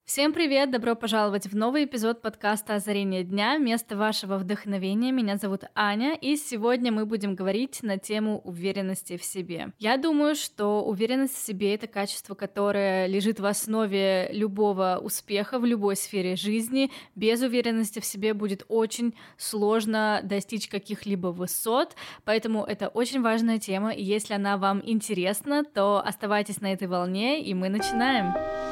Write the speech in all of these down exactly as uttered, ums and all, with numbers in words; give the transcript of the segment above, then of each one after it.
Всем привет! Добро пожаловать в новый эпизод подкаста «Озарение дня». Место вашего вдохновения. Меня зовут Аня, и сегодня мы будем говорить на тему уверенности в себе. Я думаю, что уверенность в себе — это качество, которое лежит в основе любого успеха в любой сфере жизни. Без уверенности в себе будет очень сложно достичь каких-либо высот, поэтому это очень важная тема, и если она вам интересна, то оставайтесь на этой волне, и мы начинаем.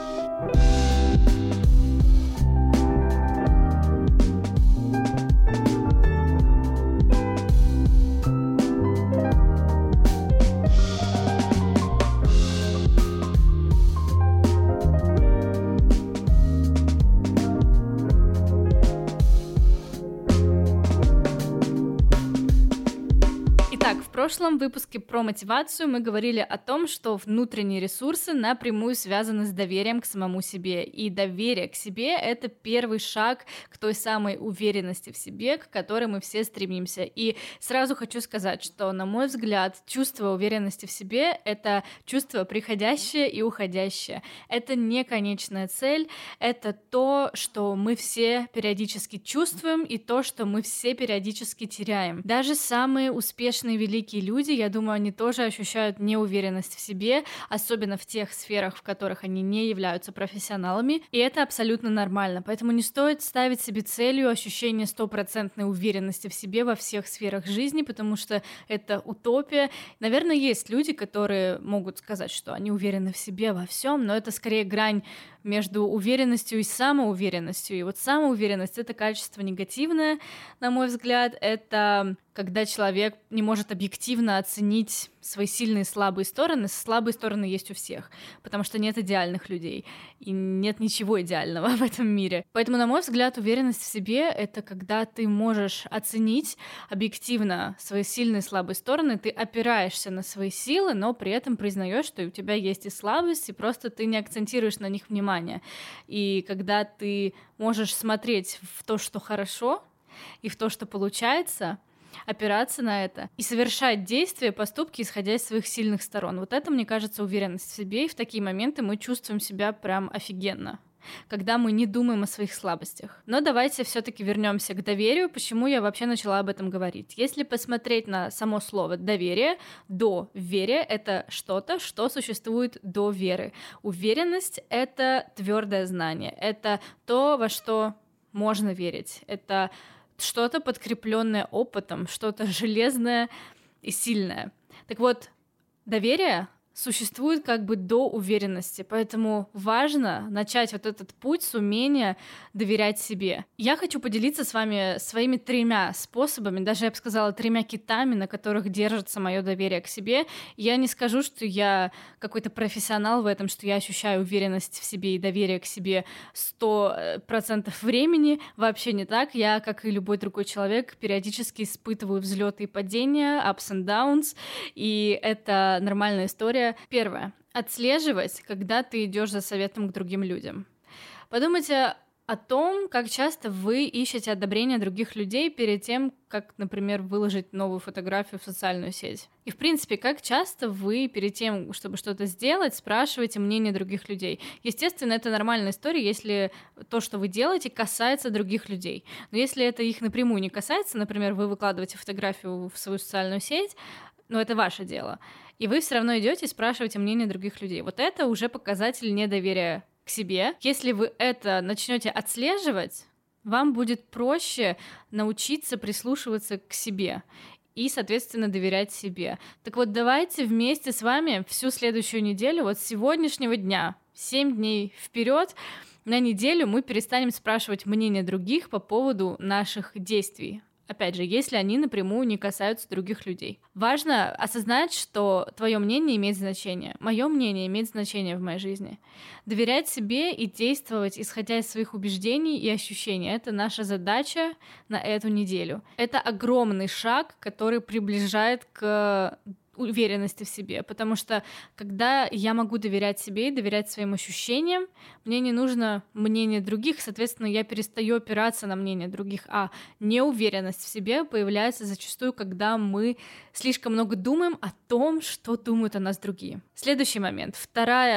В прошлом выпуске про мотивацию мы говорили о том, что внутренние ресурсы напрямую связаны с доверием к самому себе. И доверие к себе — это первый шаг к той самой уверенности в себе, к которой мы все стремимся. И сразу хочу сказать, что, на мой взгляд, чувство уверенности в себе — это чувство приходящее и уходящее. Это не конечная цель, это то, что мы все периодически чувствуем, и то, что мы все периодически теряем. Даже самые успешные великие люди, я думаю, они тоже ощущают неуверенность в себе, особенно в тех сферах, в которых они не являются профессионалами, и это абсолютно нормально. Поэтому не стоит ставить себе целью ощущение стопроцентной уверенности в себе во всех сферах жизни, потому что это утопия. Наверное, есть люди, которые могут сказать, что они уверены в себе во всем, но это скорее грань между уверенностью и самоуверенностью. И вот самоуверенность — это качество негативное, на мой взгляд. Это когда человек не может объективно оценить свои сильные и слабые стороны. Слабые стороны есть у всех, потому что нет идеальных людей, и нет ничего идеального в этом мире. Поэтому, на мой взгляд, уверенность в себе — это когда ты можешь оценить объективно свои сильные и слабые стороны, ты опираешься на свои силы, но при этом признаешь, что у тебя есть и слабость, и просто ты не акцентируешь на них внимание. И когда ты можешь смотреть в то, что хорошо, и в то, что получается, опираться на это и совершать действия, поступки, исходя из своих сильных сторон. Вот это, мне кажется, уверенность в себе, и в такие моменты мы чувствуем себя прям офигенно, когда мы не думаем о своих слабостях. Но давайте все-таки вернемся к доверию. Почему я вообще начала об этом говорить? Если посмотреть на само слово «доверие», «доверие» — это что-то, что существует до веры. Уверенность — это твердое знание, это то, во что можно верить, это что-то подкрепленное опытом, что-то железное и сильное. Так вот, доверие существует как бы до уверенности, поэтому важно начать вот этот путь с умения доверять себе. Я хочу поделиться с вами своими тремя способами, даже я бы сказала, тремя китами, на которых держится мое доверие к себе. Я не скажу, что я какой-то профессионал в этом, что я ощущаю уверенность в себе и доверие к себе сто процентов времени. Вообще не так. Я, как и любой другой человек, периодически испытываю взлеты и падения, ups and downs, и это нормальная история. Первое. Отслеживать, когда ты идешь за советом к другим людям. Подумайте о том, как часто вы ищете одобрение других людей перед тем, как, например, выложить новую фотографию в социальную сеть. И, в принципе, как часто вы перед тем, чтобы что-то сделать, спрашиваете мнение других людей. Естественно, это нормальная история, если то, что вы делаете, касается других людей. Но если это их напрямую не касается, например, вы выкладываете фотографию в свою социальную сеть, но это ваше дело, и вы все равно идете и спрашиваете мнение других людей. Вот это уже показатель недоверия к себе. Если вы это начнете отслеживать, вам будет проще научиться прислушиваться к себе и, соответственно, доверять себе. Так вот, давайте вместе с вами всю следующую неделю, вот с сегодняшнего дня, семь дней вперед, на неделю мы перестанем спрашивать мнение других по поводу наших действий. Опять же, если они напрямую не касаются других людей. Важно осознать, что твое мнение имеет значение. Мое мнение имеет значение в моей жизни. Доверять себе и действовать, исходя из своих убеждений и ощущений. Это наша задача на эту неделю. Это огромный шаг, который приближает к уверенности в себе, потому что когда я могу доверять себе и доверять своим ощущениям, мне не нужно мнение других, соответственно, я перестаю опираться на мнение других, а неуверенность в себе появляется зачастую, когда мы слишком много думаем о том, что думают о нас другие. Следующий момент. Вторая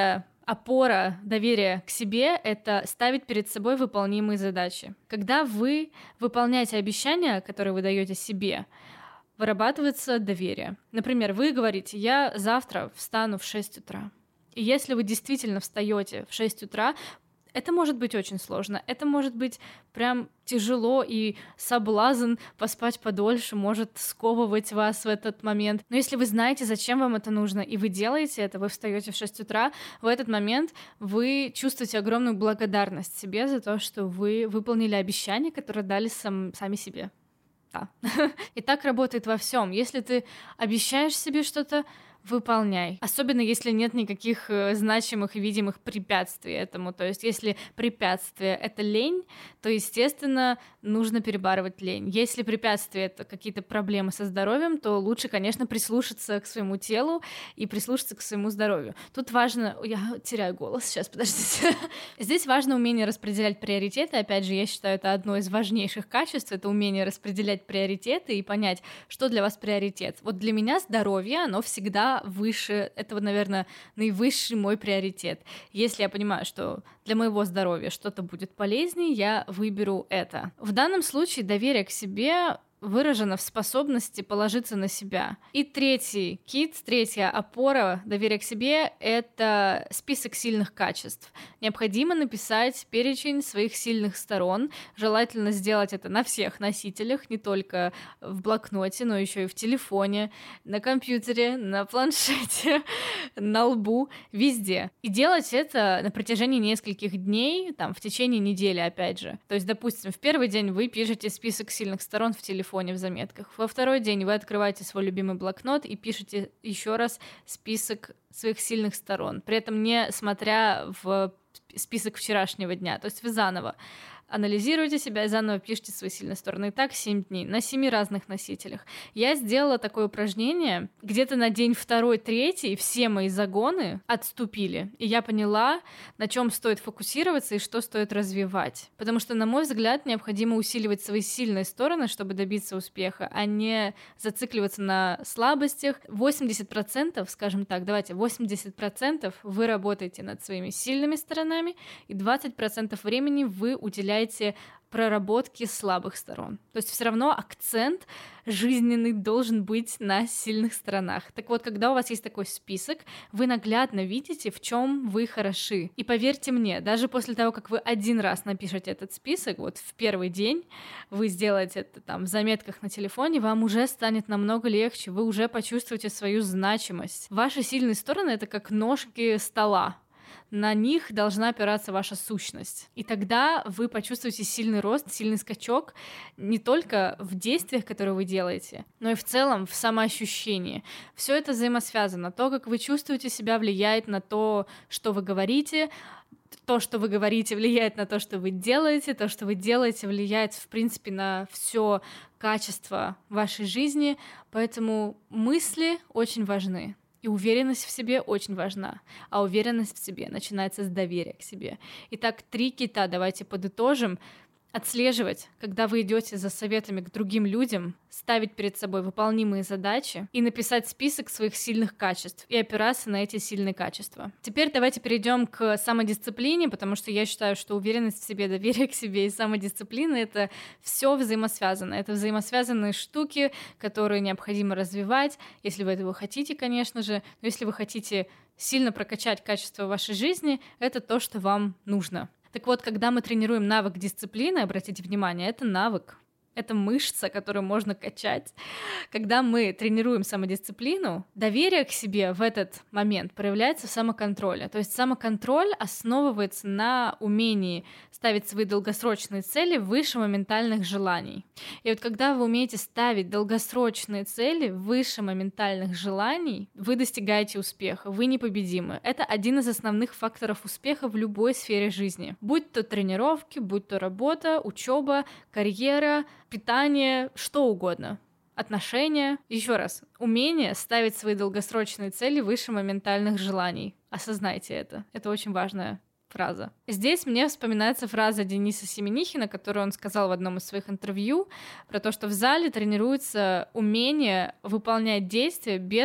опора доверия к себе — это ставить перед собой выполнимые задачи. Когда вы выполняете обещания, которые вы даете себе, вырабатывается доверие. Например, вы говорите: я завтра встану в шесть утра. И если вы действительно встаете в шесть утра, это может быть очень сложно, это может быть прям тяжело, и соблазн поспать подольше может сковывать вас в этот момент. Но если вы знаете, зачем вам это нужно, и вы делаете это, вы встаете в шесть утра, в этот момент вы чувствуете огромную благодарность себе за то, что вы выполнили обещание, которое дали сам, сами себе. Да. И так работает во всем. Если ты обещаешь себе что-то, выполняй. Особенно если нет никаких э, значимых и видимых препятствий этому. То есть если препятствие — это лень, то, естественно, нужно перебарывать лень. Если препятствие — это какие-то проблемы со здоровьем, то лучше, конечно, прислушаться к своему телу и прислушаться к своему здоровью. Тут важно... Я теряю голос, сейчас, подождите. Здесь важно умение распределять приоритеты. Опять же, я считаю, это одно из важнейших качеств, это умение распределять приоритеты и понять, что для вас приоритет. Вот для меня здоровье, оно всегда выше, этого, наверное, наивысший мой приоритет. Если я понимаю, что для моего здоровья что-то будет полезнее, я выберу это. В данном случае доверие к себе выражено в способности положиться на себя. И третий кит, третья опора доверия к себе — это список сильных качеств. Необходимо написать перечень своих сильных сторон. Желательно сделать это на всех носителях, не только в блокноте, но еще и в телефоне, на компьютере, на планшете, на лбу, везде. И делать это на протяжении нескольких дней, там, в течение недели, опять же. То есть, допустим, в первый день вы пишете список сильных сторон в телефоне, в заметках. Во второй день вы открываете свой любимый блокнот и пишете еще раз список своих сильных сторон, при этом не смотря в список вчерашнего дня. То есть вы заново анализируете себя и заново пишите свои сильные стороны. И так семь дней, на семи разных носителях. Я сделала такое упражнение, где-то на день второй, третий все мои загоны отступили, и я поняла, на чем стоит фокусироваться и что стоит развивать. Потому что, на мой взгляд, необходимо усиливать свои сильные стороны, чтобы добиться успеха, а не зацикливаться на слабостях. восемьдесят процентов, скажем так, давайте, восемьдесят процентов вы работаете над своими сильными сторонами, и двадцать процентов времени вы уделяете проработки слабых сторон. То есть все равно акцент жизненный должен быть на сильных сторонах. Так вот, когда у вас есть такой список, вы наглядно видите, в чем вы хороши. И поверьте мне, даже после того, как вы один раз напишете этот список, вот в первый день вы сделаете это там в заметках на телефоне, вам уже станет намного легче, вы уже почувствуете свою значимость. Ваши сильные стороны — это как ножки стола. На них должна опираться ваша сущность. И тогда вы почувствуете сильный рост, сильный скачок не только в действиях, которые вы делаете, но и в целом в самоощущении. Все это взаимосвязано. То, как вы чувствуете себя, влияет на то, что вы говорите. То, что вы говорите, влияет на то, что вы делаете. То, что вы делаете, влияет, в принципе, на все качество вашей жизни. Поэтому мысли очень важны. И уверенность в себе очень важна. А уверенность в себе начинается с доверия к себе. Итак, три кита, давайте подытожим. Отслеживать, когда вы идете за советами к другим людям, ставить перед собой выполнимые задачи и написать список своих сильных качеств и опираться на эти сильные качества. Теперь давайте перейдем к самодисциплине, потому что я считаю, что уверенность в себе, доверие к себе и самодисциплина — это все взаимосвязано. Это взаимосвязанные штуки, которые необходимо развивать, если вы этого хотите, конечно же. Но если вы хотите сильно прокачать качество вашей жизни, это то, что вам нужно. Так вот, когда мы тренируем навык дисциплины, обратите внимание, это навык, это мышца, которую можно качать. Когда мы тренируем самодисциплину, доверие к себе в этот момент проявляется в самоконтроле. То есть самоконтроль основывается на умении ставить свои долгосрочные цели выше моментальных желаний. И вот когда вы умеете ставить долгосрочные цели выше моментальных желаний, вы достигаете успеха, вы непобедимы. Это один из основных факторов успеха в любой сфере жизни. Будь то тренировки, будь то работа, учеба, карьера, питание, что угодно. Отношения. Еще раз, умение ставить свои долгосрочные цели выше моментальных желаний. Осознайте это. Это очень важная фраза. Здесь мне вспоминается фраза Дениса Семенихина, которую он сказал в одном из своих интервью, про то, что в зале тренируется умение выполнять действия без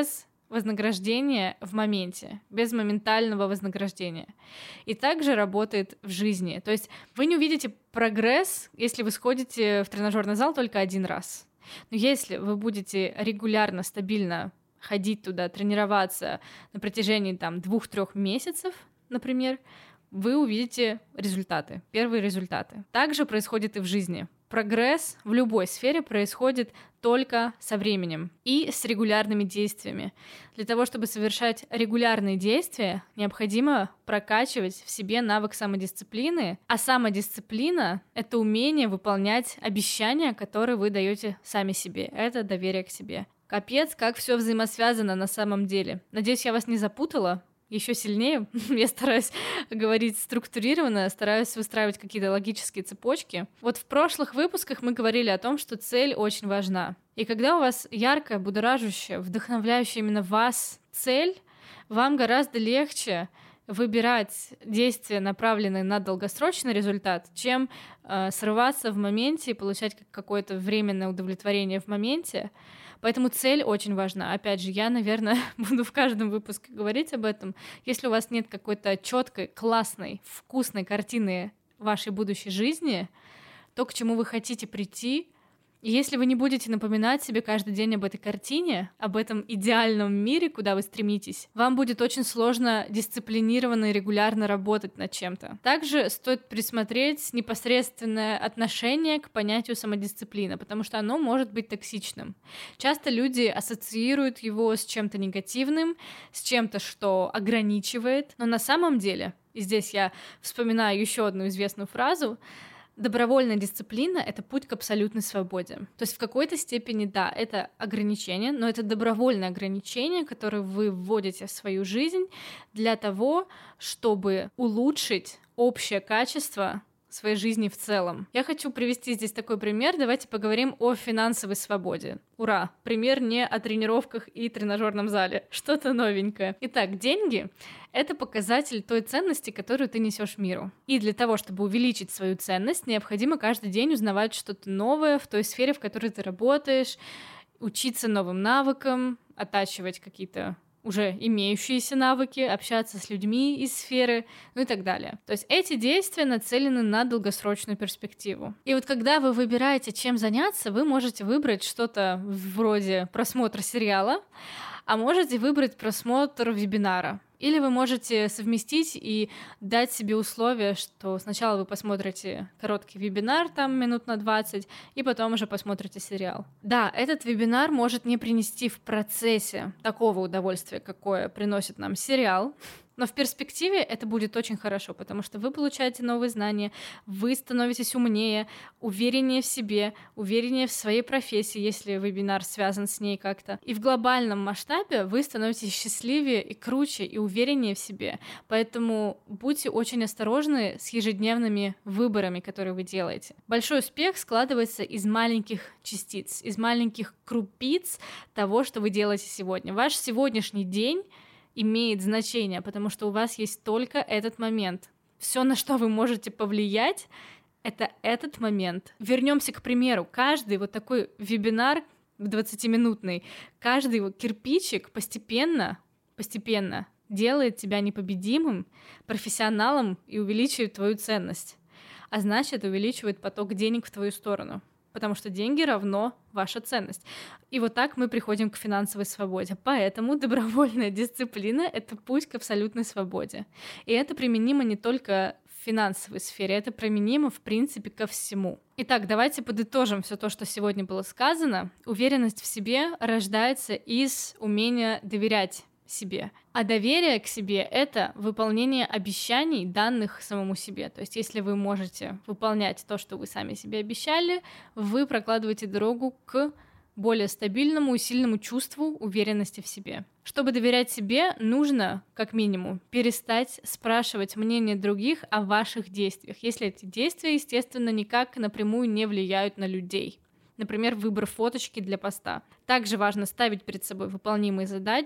вознаграждение в моменте, без моментального вознаграждения. И также работает в жизни. То есть вы не увидите прогресс, если вы сходите в тренажерный зал только один раз. Но если вы будете регулярно, стабильно ходить туда, тренироваться на протяжении там двух-трех месяцев, например, вы увидите результаты, первые результаты. Также происходит и в жизни. Прогресс в любой сфере происходит только со временем и с регулярными действиями. Для того, чтобы совершать регулярные действия, необходимо прокачивать в себе навык самодисциплины, а самодисциплина — это умение выполнять обещания, которые вы даете сами себе. Это доверие к себе. Капец, как все взаимосвязано на самом деле. Надеюсь, я вас не запутала. Еще сильнее. Я стараюсь говорить структурированно, стараюсь выстраивать какие-то логические цепочки. Вот в прошлых выпусках мы говорили о том, что цель очень важна. И когда у вас яркая, будоражащая, вдохновляющая именно вас цель, вам гораздо легче выбирать действия, направленные на долгосрочный результат, чем э, срываться в моменте и получать какое-то временное удовлетворение в моменте. Поэтому цель очень важна. Опять же, я, наверное, буду в каждом выпуске говорить об этом. Если у вас нет какой-то четкой, классной, вкусной картины вашей будущей жизни, то, к чему вы хотите прийти, и если вы не будете напоминать себе каждый день об этой картине, об этом идеальном мире, куда вы стремитесь, вам будет очень сложно дисциплинированно и регулярно работать над чем-то. Также стоит присмотреть непосредственное отношение к понятию самодисциплина, потому что оно может быть токсичным. Часто люди ассоциируют его с чем-то негативным, с чем-то, что ограничивает, но на самом деле, и здесь я вспоминаю еще одну известную фразу, добровольная дисциплина — это путь к абсолютной свободе. То есть в какой-то степени, да, это ограничение, но это добровольное ограничение, которое вы вводите в свою жизнь для того, чтобы улучшить общее качество своей жизни в целом. Я хочу привести здесь такой пример. Давайте поговорим о финансовой свободе. Ура! Пример не о тренировках и тренажерном зале. Что-то новенькое. Итак, деньги — это показатель той ценности, которую ты несешь миру. И для того, чтобы увеличить свою ценность, необходимо каждый день узнавать что-то новое в той сфере, в которой ты работаешь, учиться новым навыкам, оттачивать какие-то уже имеющиеся навыки, общаться с людьми из сферы, ну и так далее. То есть эти действия нацелены на долгосрочную перспективу. И вот когда вы выбираете, чем заняться, вы можете выбрать что-то вроде просмотра сериала, а можете выбрать просмотр вебинара. Или вы можете совместить и дать себе условие, что сначала вы посмотрите короткий вебинар, там минут на двадцать, и потом уже посмотрите сериал. Да, этот вебинар может не принести в процессе такого удовольствия, какое приносит нам сериал, но в перспективе это будет очень хорошо, потому что вы получаете новые знания, вы становитесь умнее, увереннее в себе, увереннее в своей профессии, если вебинар связан с ней как-то. И в глобальном масштабе вы становитесь счастливее и круче, и увереннее в себе. Поэтому будьте очень осторожны с ежедневными выборами, которые вы делаете. Большой успех складывается из маленьких частиц, из маленьких крупиц того, что вы делаете сегодня. Ваш сегодняшний день имеет значение, потому что у вас есть только этот момент. Все, на что вы можете повлиять, это этот момент. Вернемся к примеру. Каждый вот такой вебинар двадцатиминутный, каждый вот кирпичик постепенно, постепенно делает тебя непобедимым, профессионалом и увеличивает твою ценность. А значит, увеличивает поток денег в твою сторону. Потому что деньги равно ваша ценность. И вот так мы приходим к финансовой свободе. Поэтому добровольная дисциплина — это путь к абсолютной свободе. И это применимо не только в финансовой сфере, это применимо, в принципе, ко всему. Итак, давайте подытожим все то, что сегодня было сказано. Уверенность в себе рождается из умения доверять себе. А доверие к себе — это выполнение обещаний, данных самому себе. То есть если вы можете выполнять то, что вы сами себе обещали, вы прокладываете дорогу к более стабильному и сильному чувству уверенности в себе. Чтобы доверять себе, нужно, как минимум, перестать спрашивать мнение других о ваших действиях, если эти действия, естественно, никак напрямую не влияют на людей. Например, выбор фоточки для поста. Также важно ставить перед собой выполнимые задачи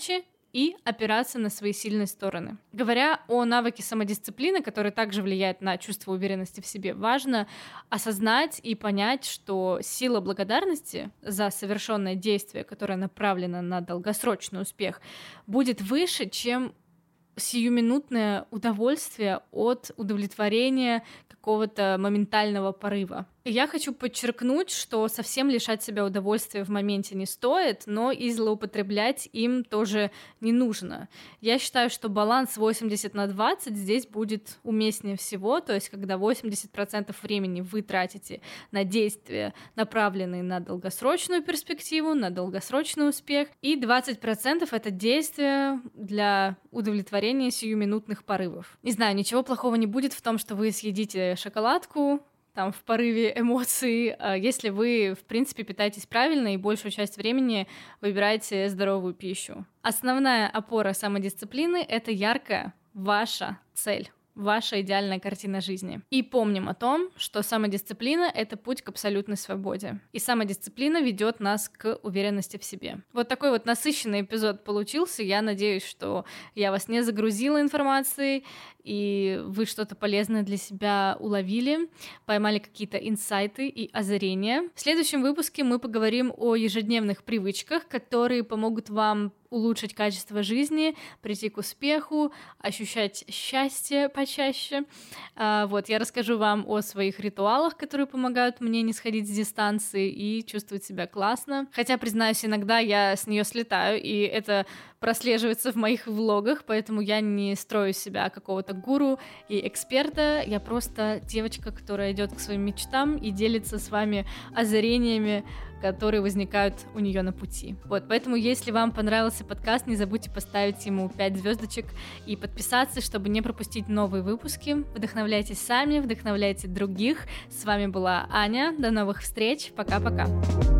и опираться на свои сильные стороны. Говоря о навыке самодисциплины, который также влияет на чувство уверенности в себе, важно осознать и понять, что сила благодарности за совершенное действие, которое направлено на долгосрочный успех, будет выше, чем сиюминутное удовольствие от удовлетворения какого-то моментального порыва. И я хочу подчеркнуть, что совсем лишать себя удовольствия в моменте не стоит, но и злоупотреблять им тоже не нужно. Я считаю, что баланс восемьдесят на двадцать здесь будет уместнее всего, то есть когда восемьдесят процентов времени вы тратите на действия, направленные на долгосрочную перспективу, на долгосрочный успех, и двадцать процентов это действия для удовлетворения сиюминутных порывов. Не знаю, ничего плохого не будет в том, что вы съедите шоколадку, там, в порыве эмоций, если вы, в принципе, питаетесь правильно и большую часть времени выбираете здоровую пищу. Основная опора самодисциплины — это яркая ваша цель, ваша идеальная картина жизни. И помним о том, что самодисциплина — это путь к абсолютной свободе. И самодисциплина ведет нас к уверенности в себе. Вот такой вот насыщенный эпизод получился. Я надеюсь, что я вас не загрузила информацией, и вы что-то полезное для себя уловили, поймали какие-то инсайты и озарения. В следующем выпуске мы поговорим о ежедневных привычках, которые помогут вам улучшить качество жизни, прийти к успеху, ощущать счастье почаще. А, вот, я расскажу вам о своих ритуалах, которые помогают мне не сходить с дистанции и чувствовать себя классно. Хотя, признаюсь, иногда я с нее слетаю, и это прослеживается в моих влогах, поэтому я не строю себя какого-то гуру и эксперта. Я просто девочка, которая идет к своим мечтам и делится с вами озарениями, которые возникают у нее на пути. Вот, поэтому, если вам понравился подкаст, не забудьте поставить ему пять звездочек и подписаться, чтобы не пропустить новые выпуски. Вдохновляйтесь сами, вдохновляйте других. С вами была Аня. До новых встреч. Пока-пока.